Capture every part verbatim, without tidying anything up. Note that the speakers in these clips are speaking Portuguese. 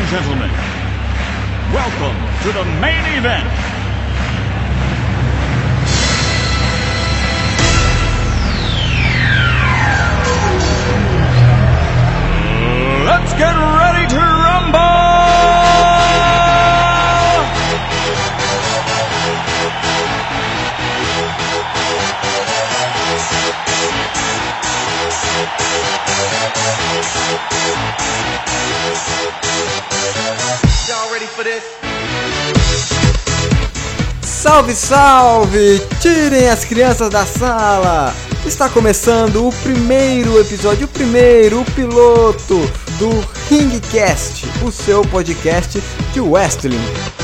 and gentlemen, welcome to the main event. Let's get ready to rumble! Y'all ready for this? Salve, salve! Tirem as crianças da sala! Está começando o primeiro episódio, o primeiro, o piloto do Ringcast, o seu podcast de wrestling.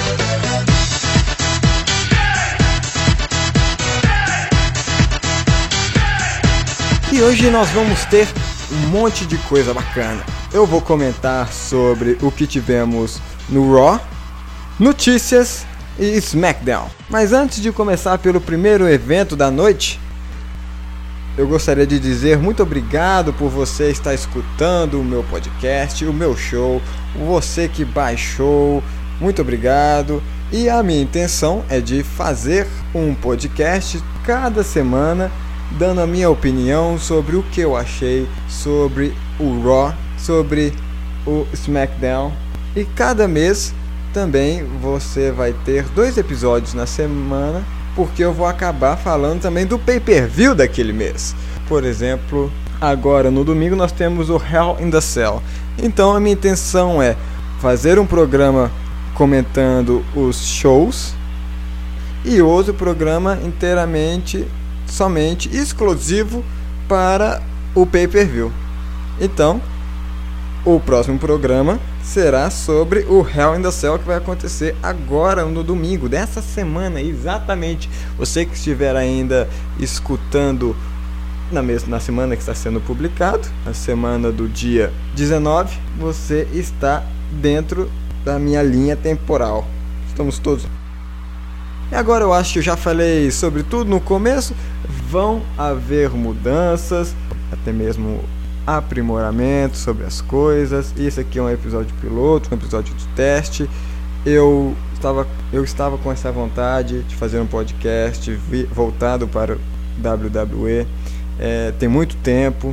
E hoje nós vamos ter um monte de coisa bacana. Eu vou comentar sobre o que tivemos no Raw, notícias e SmackDown. Mas antes de começar pelo primeiro evento da noite, eu gostaria de dizer muito obrigado por você estar escutando o meu podcast, o meu show, você que baixou, muito obrigado. E a minha intenção é de fazer um podcast cada semana, dando a minha opinião sobre o que eu achei sobre o Raw, sobre o SmackDown. E cada mês também você vai ter dois episódios na semana, porque eu vou acabar falando também do pay-per-view daquele mês. Por exemplo, agora no domingo nós temos o Hell in the Cell. Então a minha intenção é fazer um programa comentando os shows e outro programa inteiramente, somente exclusivo para o pay-per-view. Então, o próximo programa será sobre o Hell in the Cell, que vai acontecer agora no domingo dessa semana, exatamente. Você que estiver ainda escutando na, mesma, na semana que está sendo publicado, na semana do dia dezenove, você está dentro da minha linha temporal. Estamos todos. E agora eu acho que eu já falei sobre tudo no começo. Vão haver mudanças, até mesmo aprimoramento sobre as coisas. Esse aqui é um episódio piloto, um episódio de teste. Eu estava, eu estava com essa vontade de fazer um podcast vi, voltado para o W W E. É, tem muito tempo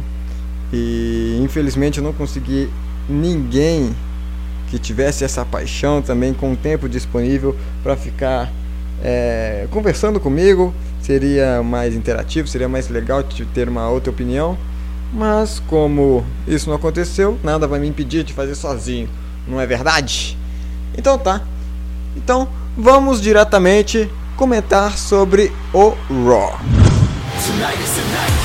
e infelizmente eu não consegui ninguém que tivesse essa paixão também com tempo disponível para ficar é, conversando comigo. Seria mais interativo, seria mais legal de ter uma outra opinião. Mas como isso não aconteceu, nada vai me impedir de fazer sozinho, não é verdade? Então tá. Então vamos diretamente comentar sobre o Raw. Tonight is the night.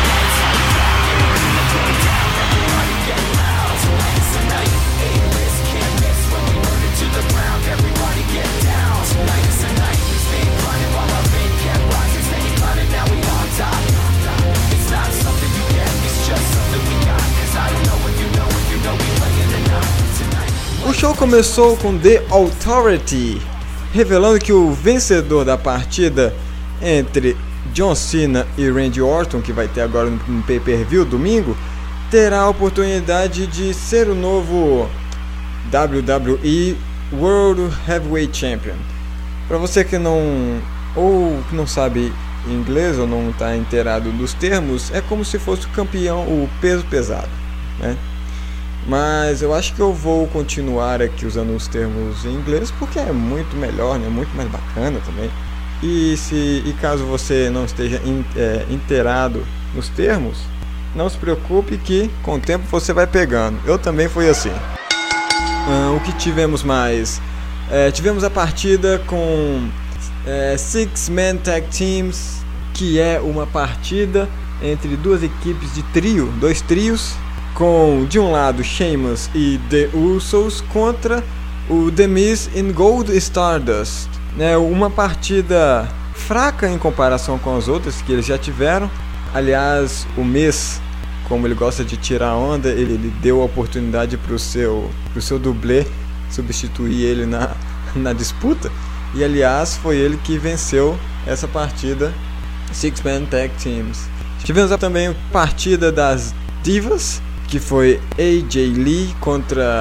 O show começou com The Authority revelando que o vencedor da partida entre John Cena e Randy Orton, que vai ter agora no pay-per-view domingo, terá a oportunidade de ser o novo W W E World Heavyweight Champion. Para você que não ou que não sabe inglês ou não está inteirado dos termos, é como se fosse o campeão, o peso pesado, né? Mas eu acho que eu vou continuar aqui usando os termos em inglês porque é muito melhor, né? Muito mais bacana também. E, se, e caso você não esteja in, é, inteirado nos termos, não se preocupe que com o tempo você vai pegando. Eu também fui assim. Ah, o que tivemos mais? É, tivemos a partida com é, Six Man Tag Teams, que é uma partida entre duas equipes de trio, dois trios, com de um lado Sheamus e The Usos contra o The Miz e Gold Stardust. É uma partida fraca em comparação com as outras que eles já tiveram. Aliás, o Miz, como ele gosta de tirar onda, ele, ele deu a oportunidade para o seu, pro seu dublê substituir ele na, na disputa. E aliás, foi ele que venceu essa partida Six Man Tag Teams. Tivemos também a partida das Divas, que foi A J Lee contra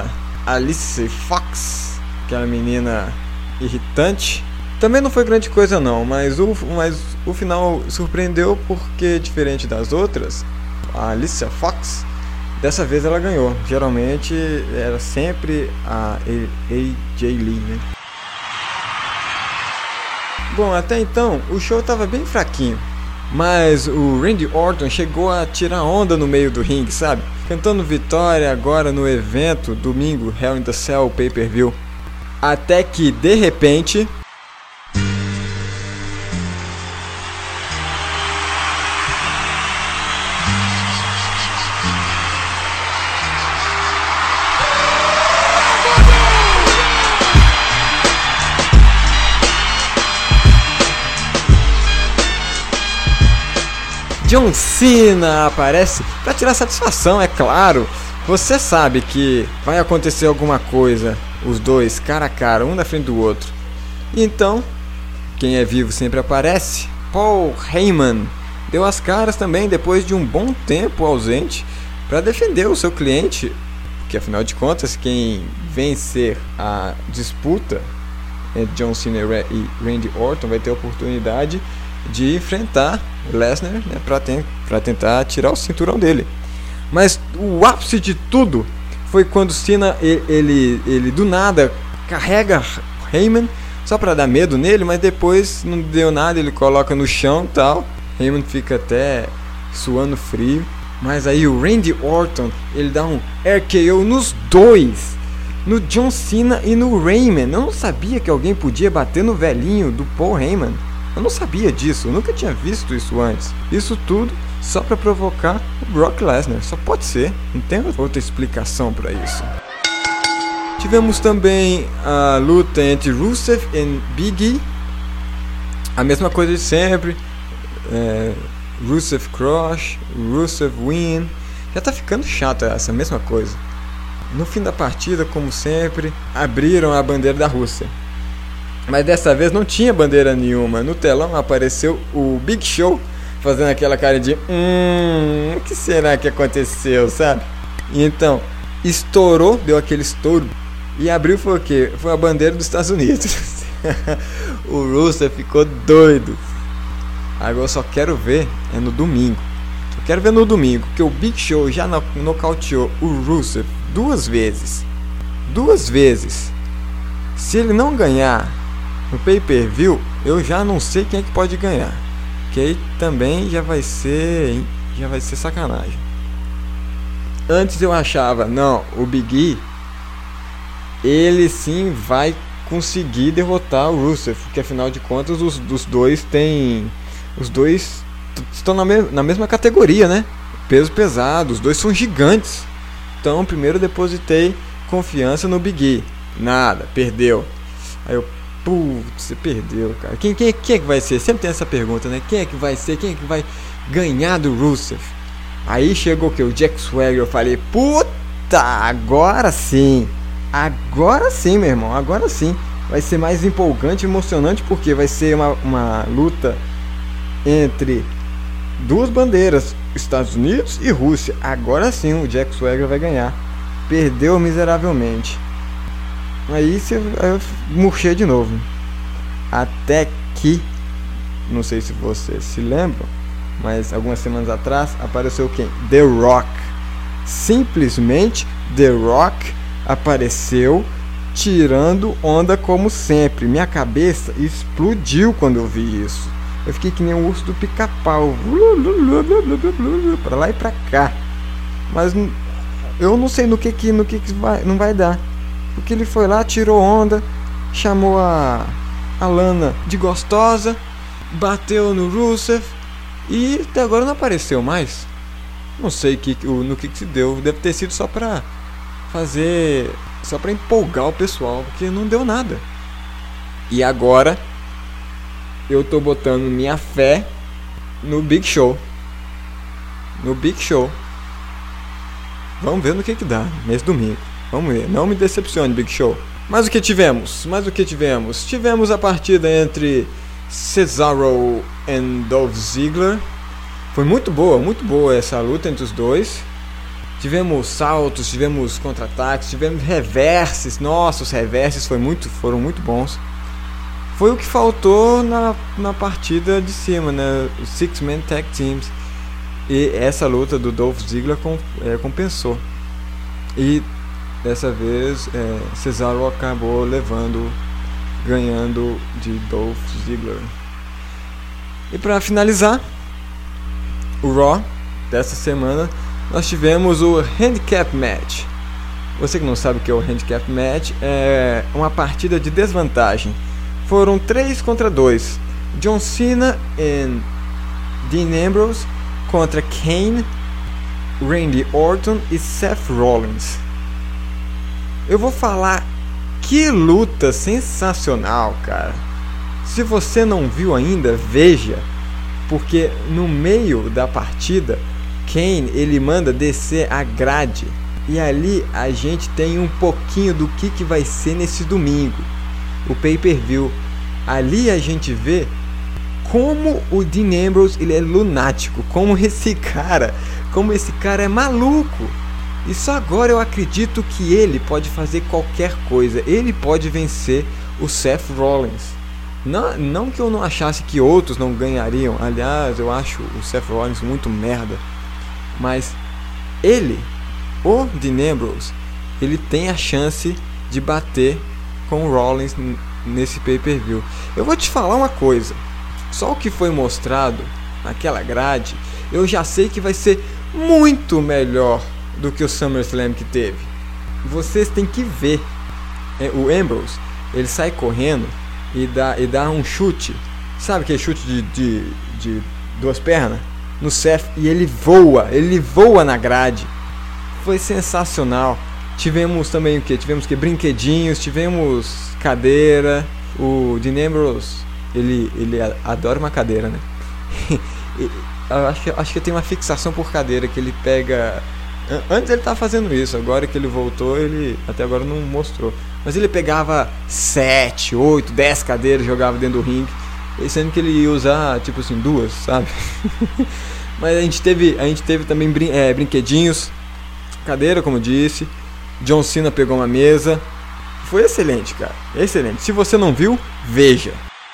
Alicia Fox, aquela menina irritante. Também não foi grande coisa não, mas o, mas o final surpreendeu porque, diferente das outras, a Alicia Fox, dessa vez ela ganhou. Geralmente era sempre a A J Lee, né? Bom, até então o show estava bem fraquinho, mas o Randy Orton chegou a tirar onda no meio do ringue, sabe? Cantando vitória agora no evento, domingo, Hell in the Cell Pay-Per-View. Até que, de repente... John Cena aparece para tirar satisfação, é claro. Você sabe que vai acontecer alguma coisa, os dois cara a cara, um na frente do outro. Então, quem é vivo sempre aparece. Paul Heyman deu as caras também depois de um bom tempo ausente para defender o seu cliente, que afinal de contas quem vencer a disputa entre John Cena e Randy Orton vai ter a oportunidade de enfrentar Lesnar, né, para ten- tentar tirar o cinturão dele. Mas o ápice de tudo foi quando Cena ele, ele, ele do nada carrega Heyman só para dar medo nele, mas depois não deu nada, ele coloca no chão e tal. Heyman fica até suando frio, mas aí o Randy Orton ele dá um R K O nos dois, no John Cena e no Heyman. Eu não sabia que alguém podia bater no velhinho do Paul Heyman. Eu não sabia disso, eu nunca tinha visto isso antes. Isso tudo só para provocar o Brock Lesnar. Só pode ser, não tem outra explicação para isso. Tivemos também a luta entre Rusev e Big E. A mesma coisa de sempre. É, Rusev Crush, Rusev Win. Já tá ficando chato essa mesma coisa. No fim da partida, como sempre, abriram a bandeira da Rússia. Mas dessa vez não tinha bandeira nenhuma. No telão apareceu o Big Show fazendo aquela cara de Hum, o que será que aconteceu, sabe? E então, estourou, deu aquele estouro. E abriu foi o quê? Foi a bandeira dos Estados Unidos. O Rusev ficou doido. Agora eu só quero ver é no domingo. Eu quero ver no domingo, porque o Big Show já no- nocauteou o Rusev duas vezes. Duas vezes. Se ele não ganhar no pay-per-view, eu já não sei quem é que pode ganhar. Que aí também já vai ser, já vai ser sacanagem. Antes eu achava, não, o Big E, ele sim vai conseguir derrotar o Rusev, porque afinal de contas os, os dois têm, os dois t- estão na, me, na mesma categoria, né? Peso pesado, os dois são gigantes. Então primeiro eu depositei confiança no Big E. Nada, perdeu. Aí eu, putz, você perdeu, cara. Quem, quem, quem é que vai ser? Sempre tem essa pergunta, né? Quem é que vai ser? Quem é que vai ganhar do Rusev? Aí chegou o que? O Jack Swagger. Eu falei, puta, agora sim. Agora sim, meu irmão. Agora sim. Vai ser mais empolgante e emocionante, porque vai ser uma, uma luta entre duas bandeiras, Estados Unidos e Rússia. Agora sim o Jack Swagger vai ganhar. Perdeu miseravelmente. Aí você, aí eu murchei de novo. Até que, não sei se vocês se lembram, mas algumas semanas atrás apareceu quem? The Rock. Simplesmente The Rock apareceu tirando onda como sempre. Minha cabeça explodiu quando eu vi isso. Eu fiquei que nem um urso do pica-pau, pra lá e pra cá. Mas eu não sei no que que, no que, que vai, não vai dar. Porque ele foi lá, tirou onda, chamou a, a Lana de gostosa, bateu no Rusev e até agora não apareceu mais. Não sei que, no que, que se deu. Deve ter sido só pra fazer, só pra empolgar o pessoal, porque não deu nada. E agora eu tô botando minha fé no Big Show. No Big Show. Vamos ver no que que dá nesse domingo. Vamos ver, não me decepcione, Big Show. Mas o que tivemos? Mas o que tivemos? Tivemos a partida entre Cesaro e Dolph Ziggler. Foi muito boa, muito boa essa luta entre os dois. Tivemos saltos, tivemos contra-ataques, tivemos reverses. Nossa, os reverses foi muito, foram muito bons. Foi o que faltou na, na partida de cima, né? Os Six Man Tag Teams. E essa luta do Dolph Ziggler com, é, compensou. E dessa vez é, Cesaro acabou levando, ganhando de Dolph Ziggler. E para finalizar o Raw dessa semana, nós tivemos o Handicap Match. Você que não sabe o que é o Handicap Match, é uma partida de desvantagem. Foram três contra dois. John Cena e Dean Ambrose contra Kane, Randy Orton e Seth Rollins. Eu vou falar que luta sensacional, cara. Se você não viu ainda, veja, porque no meio da partida Kane, ele manda descer a grade, e ali a gente tem um pouquinho do que, que vai ser nesse domingo, o pay-per-view. Ali a gente vê como o Dean Ambrose ele é lunático, como esse cara, como esse cara é maluco. E só agora eu acredito que ele pode fazer qualquer coisa, ele pode vencer o Seth Rollins. Não, não que eu não achasse que outros não ganhariam, aliás, eu acho o Seth Rollins muito merda. Mas ele, o Dean Ambrose, ele tem a chance de bater com o Rollins nesse pay-per-view. Eu vou te falar uma coisa, só o que foi mostrado naquela grade, eu já sei que vai ser muito melhor do que o SummerSlam que teve. Vocês têm que ver. O Ambrose, ele sai correndo e dá, e dá um chute, sabe aquele chute de, de, de duas pernas? No Seth, e ele voa, ele voa na grade. Foi sensacional. Tivemos também o que? Tivemos que brinquedinhos, tivemos cadeira. O Dean Ambrose, ele, ele adora uma cadeira, né? eu acho que, acho que tem uma fixação por cadeira que ele pega. Antes ele tava fazendo isso, agora que ele voltou, ele até agora não mostrou. Mas ele pegava sete, oito, dez cadeiras, jogava dentro do ringue. Sendo que ele ia usar, tipo assim, duas, sabe? Mas a gente teve, a gente teve também brin- é, brinquedinhos, cadeira, como disse. John Cena pegou uma mesa. Foi excelente, cara. Excelente. Se você não viu, veja.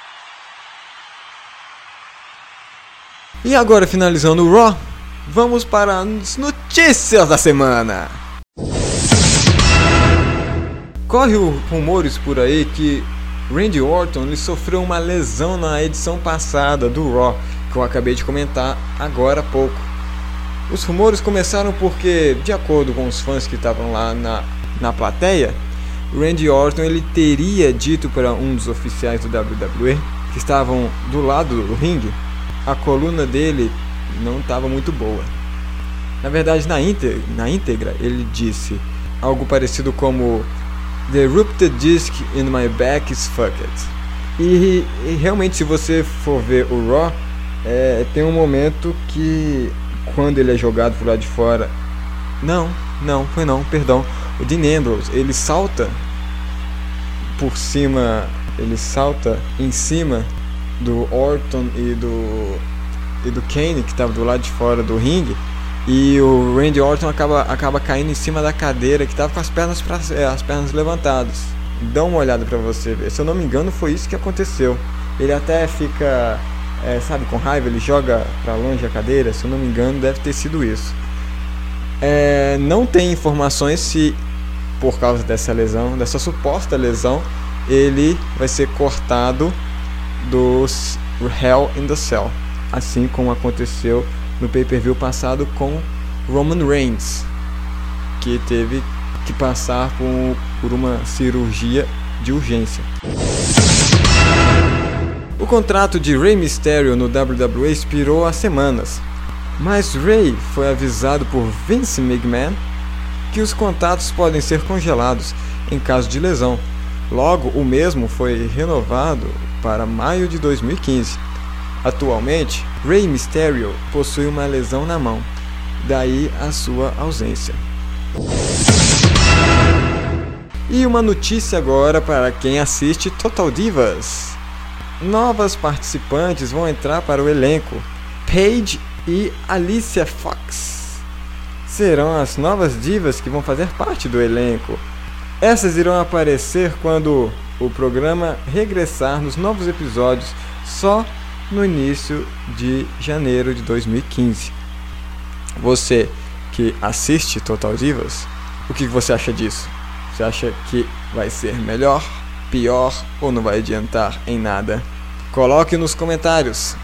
E agora, finalizando o Raw, vamos para as notícias da semana. Corre rumores por aí que Randy Orton ele sofreu uma lesão na edição passada do Raw, que eu acabei de comentar agora há pouco. Os rumores começaram porque, de acordo com os fãs que estavam lá na, na plateia, Randy Orton ele teria dito para um dos oficiais do W W E, que estavam do lado do ringue, a coluna dele não estava muito boa. Na verdade, na íntegra, na íntegra, ele disse algo parecido como "The ruptured disc in my back is fucked". E, e realmente, se você for ver o Raw, é, tem um momento que, quando ele é jogado pro lado de fora, não, não, foi não, perdão, o Dean Ambrose, ele salta por cima, ele salta em cima do Orton e do e do Kane, que estava do lado de fora do ringue, e o Randy Orton acaba, acaba caindo em cima da cadeira, que estava com as pernas, pra, é, as pernas levantadas. Dá uma olhada pra você ver. Se eu não me engano, foi isso que aconteceu. Ele até fica, é, sabe, com raiva, ele joga pra longe a cadeira. Se eu não me engano, deve ter sido isso. É, não tem informações se, por causa dessa lesão, dessa suposta lesão, ele vai ser cortado do Hell in the Cell, assim como aconteceu no pay-per-view passado com Roman Reigns, que teve que passar por, por uma cirurgia de urgência. O contrato de Rey Mysterio no W W E expirou há semanas, mas Rey foi avisado por Vince McMahon que os contratos podem ser congelados em caso de lesão. Logo, o mesmo foi renovado para maio de dois mil e quinze. Atualmente, Rey Mysterio possui uma lesão na mão, daí a sua ausência. E uma notícia agora para quem assiste Total Divas. Novas participantes vão entrar para o elenco, Paige e Alicia Fox. serão as novas divas que vão fazer parte do elenco. Essas irão aparecer quando o programa regressar nos novos episódios só no início de janeiro de dois mil e quinze. Você que assiste Total Divas, o que você acha disso? Você acha que vai ser melhor, pior ou não vai adiantar em nada? Coloque nos comentários.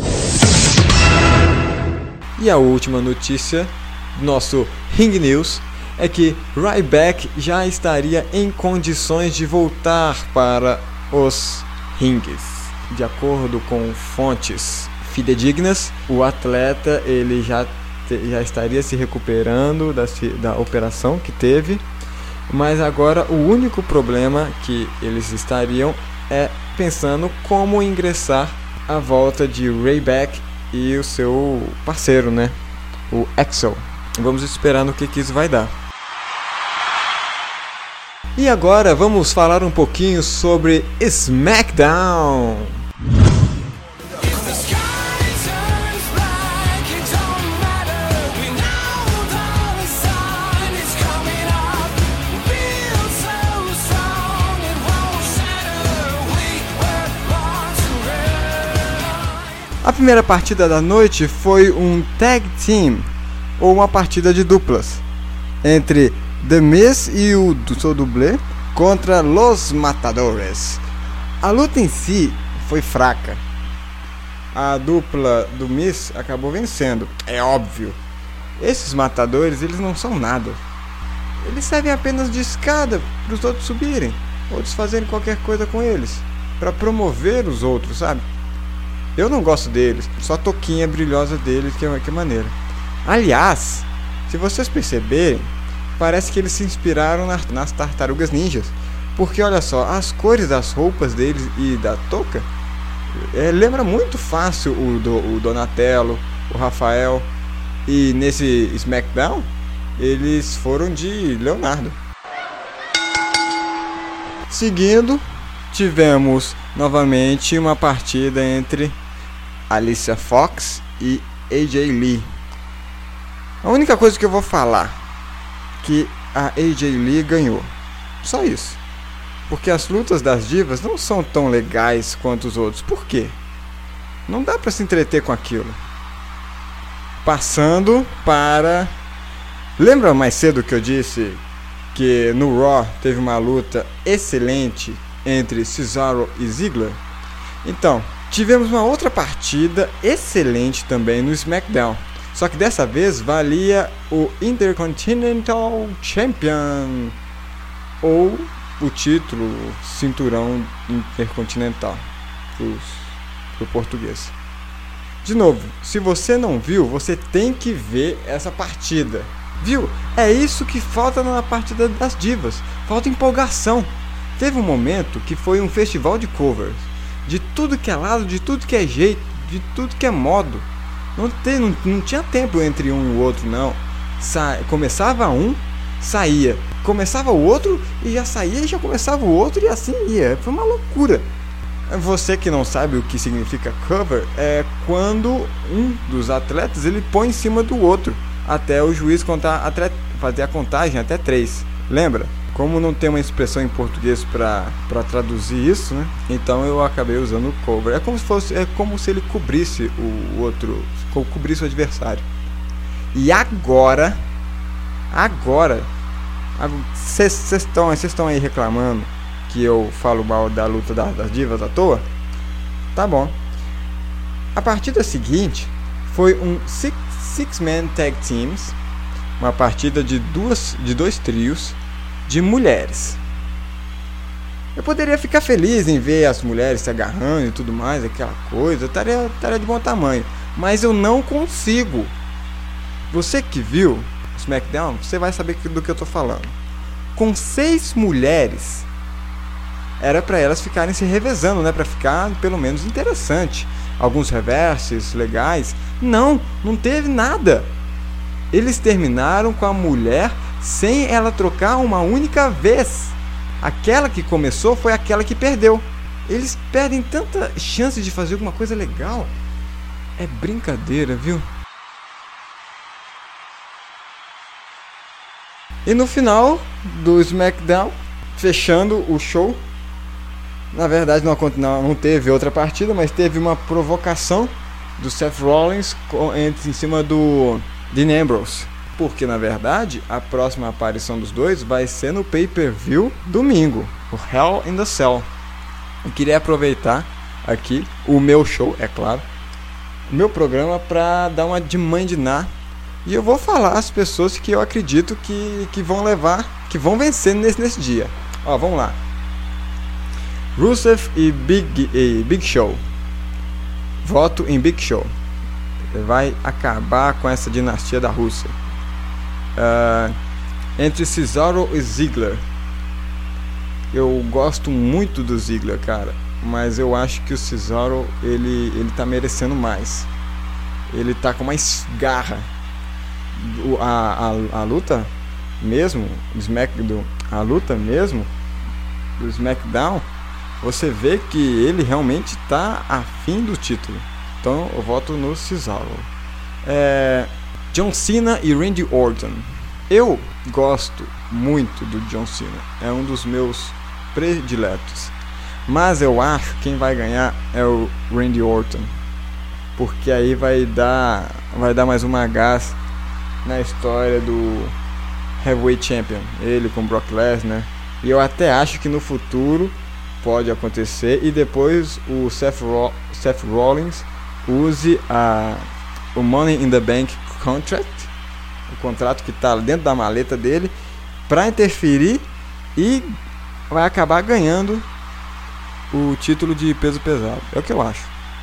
E a última notícia do nosso Ring News é que Ryback já estaria em condições de voltar para os rings. De acordo com fontes fidedignas, o atleta ele já, te, já estaria se recuperando da, da operação que teve, mas agora o único problema que eles estariam é pensando como ingressar a volta de Ryback e o seu parceiro, né, o Axel. Vamos esperar no que, que isso vai dar. E agora vamos falar um pouquinho sobre SmackDown. A primeira partida da noite foi um tag team, ou uma partida de duplas, entre The Miz e o seu dublê contra Los Matadores. A luta em si foi fraca. A dupla do Miz acabou vencendo, é óbvio. Esses matadores, eles não são nada. Eles servem apenas de escada para os outros subirem, outros fazerem qualquer coisa com eles, para promover os outros, sabe? Eu não gosto deles, só a toquinha brilhosa deles que é, que é maneira. Aliás, se vocês perceberem, parece que eles se inspiraram nas, nas tartarugas ninjas. Porque olha só, as cores das roupas deles e da touca é, lembra muito fácil o, do, o Donatello, o Rafael. E nesse SmackDown, eles foram de Leonardo. Seguindo, tivemos novamente uma partida entre Alicia Fox e A J Lee. A única coisa que eu vou falar, que a A J Lee ganhou. Só isso. Porque as lutas das divas não são tão legais quanto os outros. Por quê? Não dá pra se entreter com aquilo. Passando para... Lembra mais cedo que eu disse que no Raw teve uma luta excelente entre Cesaro e Ziggler? Então, tivemos uma outra partida excelente também no SmackDown. Só que dessa vez valia o Intercontinental Champion, ou o título cinturão intercontinental para o português. De novo, se você não viu, você tem que ver essa partida. Viu? É isso que falta na partida das divas. Falta empolgação. Teve um momento que foi um festival de covers. De tudo que é lado, de tudo que é jeito, de tudo que é modo. Não, tem, não, não tinha tempo entre um e o outro, não. Sa- começava um, saía. Começava o outro e já saía e já começava o outro e assim ia. Foi uma loucura. Você que não sabe o que significa cover, é quando um dos atletas ele põe em cima do outro até o juiz contar, até fazer a contagem até três. Lembra? Como não tem uma expressão em português para traduzir isso, né? Então eu acabei usando o cover. É como se fosse, é como se ele cobrisse o outro, cobrisse o adversário. E agora, agora, vocês estão, vocês estão aí reclamando que eu falo mal da luta das, das divas à toa? Tá bom. A partida seguinte foi um six, six man tag teams, uma partida de duas, de dois trios de mulheres. Eu poderia ficar feliz em ver as mulheres se agarrando e tudo mais, aquela coisa, estaria, estaria de bom tamanho, mas eu não consigo. Você que viu o SmackDown, você vai saber do que eu tô falando. Com seis mulheres, era para elas ficarem se revezando, né, para ficar pelo menos interessante. Alguns reverses legais. Não, não teve nada. Eles terminaram com a mulher sem ela trocar uma única vez. Aquela que começou foi aquela que perdeu. Eles perdem tanta chance de fazer alguma coisa legal. É brincadeira, viu? E no final do SmackDown, fechando o show, na verdade não, não teve outra partida, mas teve uma provocação do Seth Rollins em cima do Dean Ambrose. Porque na verdade a próxima aparição dos dois vai ser no pay-per-view domingo, o Hell in the Cell. Eu queria aproveitar aqui o meu show, é claro, o meu programa, para dar uma de mandinar. E eu vou falar as pessoas que eu acredito que, que vão levar, que vão vencer nesse, nesse dia. Ó, vamos lá. Rusev e Big, e Big Show. Voto em Big Show. Vai acabar com essa dinastia da Rússia. Uh, entre Cesaro e Ziggler. Eu gosto muito do Ziggler, cara, mas eu acho que o Cesaro, ele, ele tá merecendo mais. Ele tá com mais garra. A, a, a luta mesmo, SmackDown, a luta mesmo do SmackDown, você vê que ele realmente tá afim do título. Então eu voto no Cesaro. É, John Cena e Randy Orton. Eu gosto muito do John Cena, é um dos meus prediletos. Mas eu acho que quem vai ganhar é o Randy Orton, porque aí vai dar, vai dar mais uma gás na história do Heavyweight Champion, ele com Brock Lesnar. E eu até acho que no futuro pode acontecer e depois o Seth, Ro- Seth Rollins use a, o Money in the Bank Contract, o contrato que está dentro da maleta dele, para interferir e vai acabar ganhando o título de peso pesado. É o que eu acho.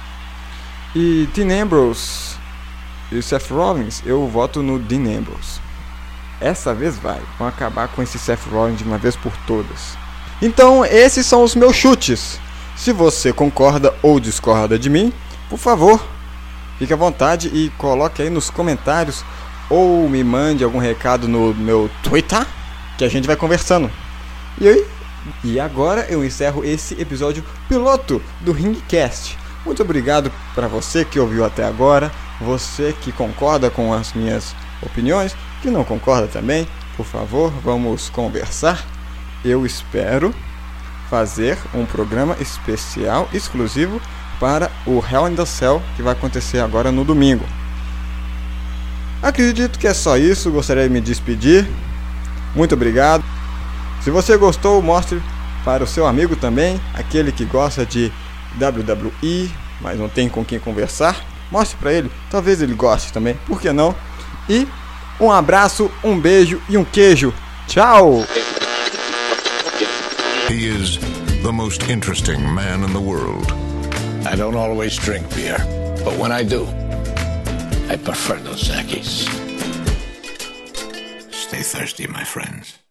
E Dean Ambrose e Seth Rollins, eu voto no Dean Ambrose. Essa vez vai, vão acabar com esse Seth Rollins de uma vez por todas. Então esses são os meus chutes. Se você concorda ou discorda de mim, por favor, fique à vontade e coloque aí nos comentários ou me mande algum recado no meu Twitter, que a gente vai conversando. E aí, e agora eu encerro esse episódio piloto do Ringcast. Muito obrigado para você que ouviu até agora, você que concorda com as minhas opiniões, que não concorda também, por favor, vamos conversar. Eu espero fazer um programa especial, exclusivo, para o Hell in the Cell, que vai acontecer agora no domingo. Acredito que é só isso, gostaria de me despedir. Muito obrigado. Se você gostou, mostre para o seu amigo também, aquele que gosta de W W E, mas não tem com quem conversar. Mostre para ele, talvez ele goste também, por que não? E um abraço, um beijo e um queijo. Tchau! He is the most interesting man in the world. I don't always drink beer, but when I do, I prefer Dos Equis. Stay thirsty, my friends.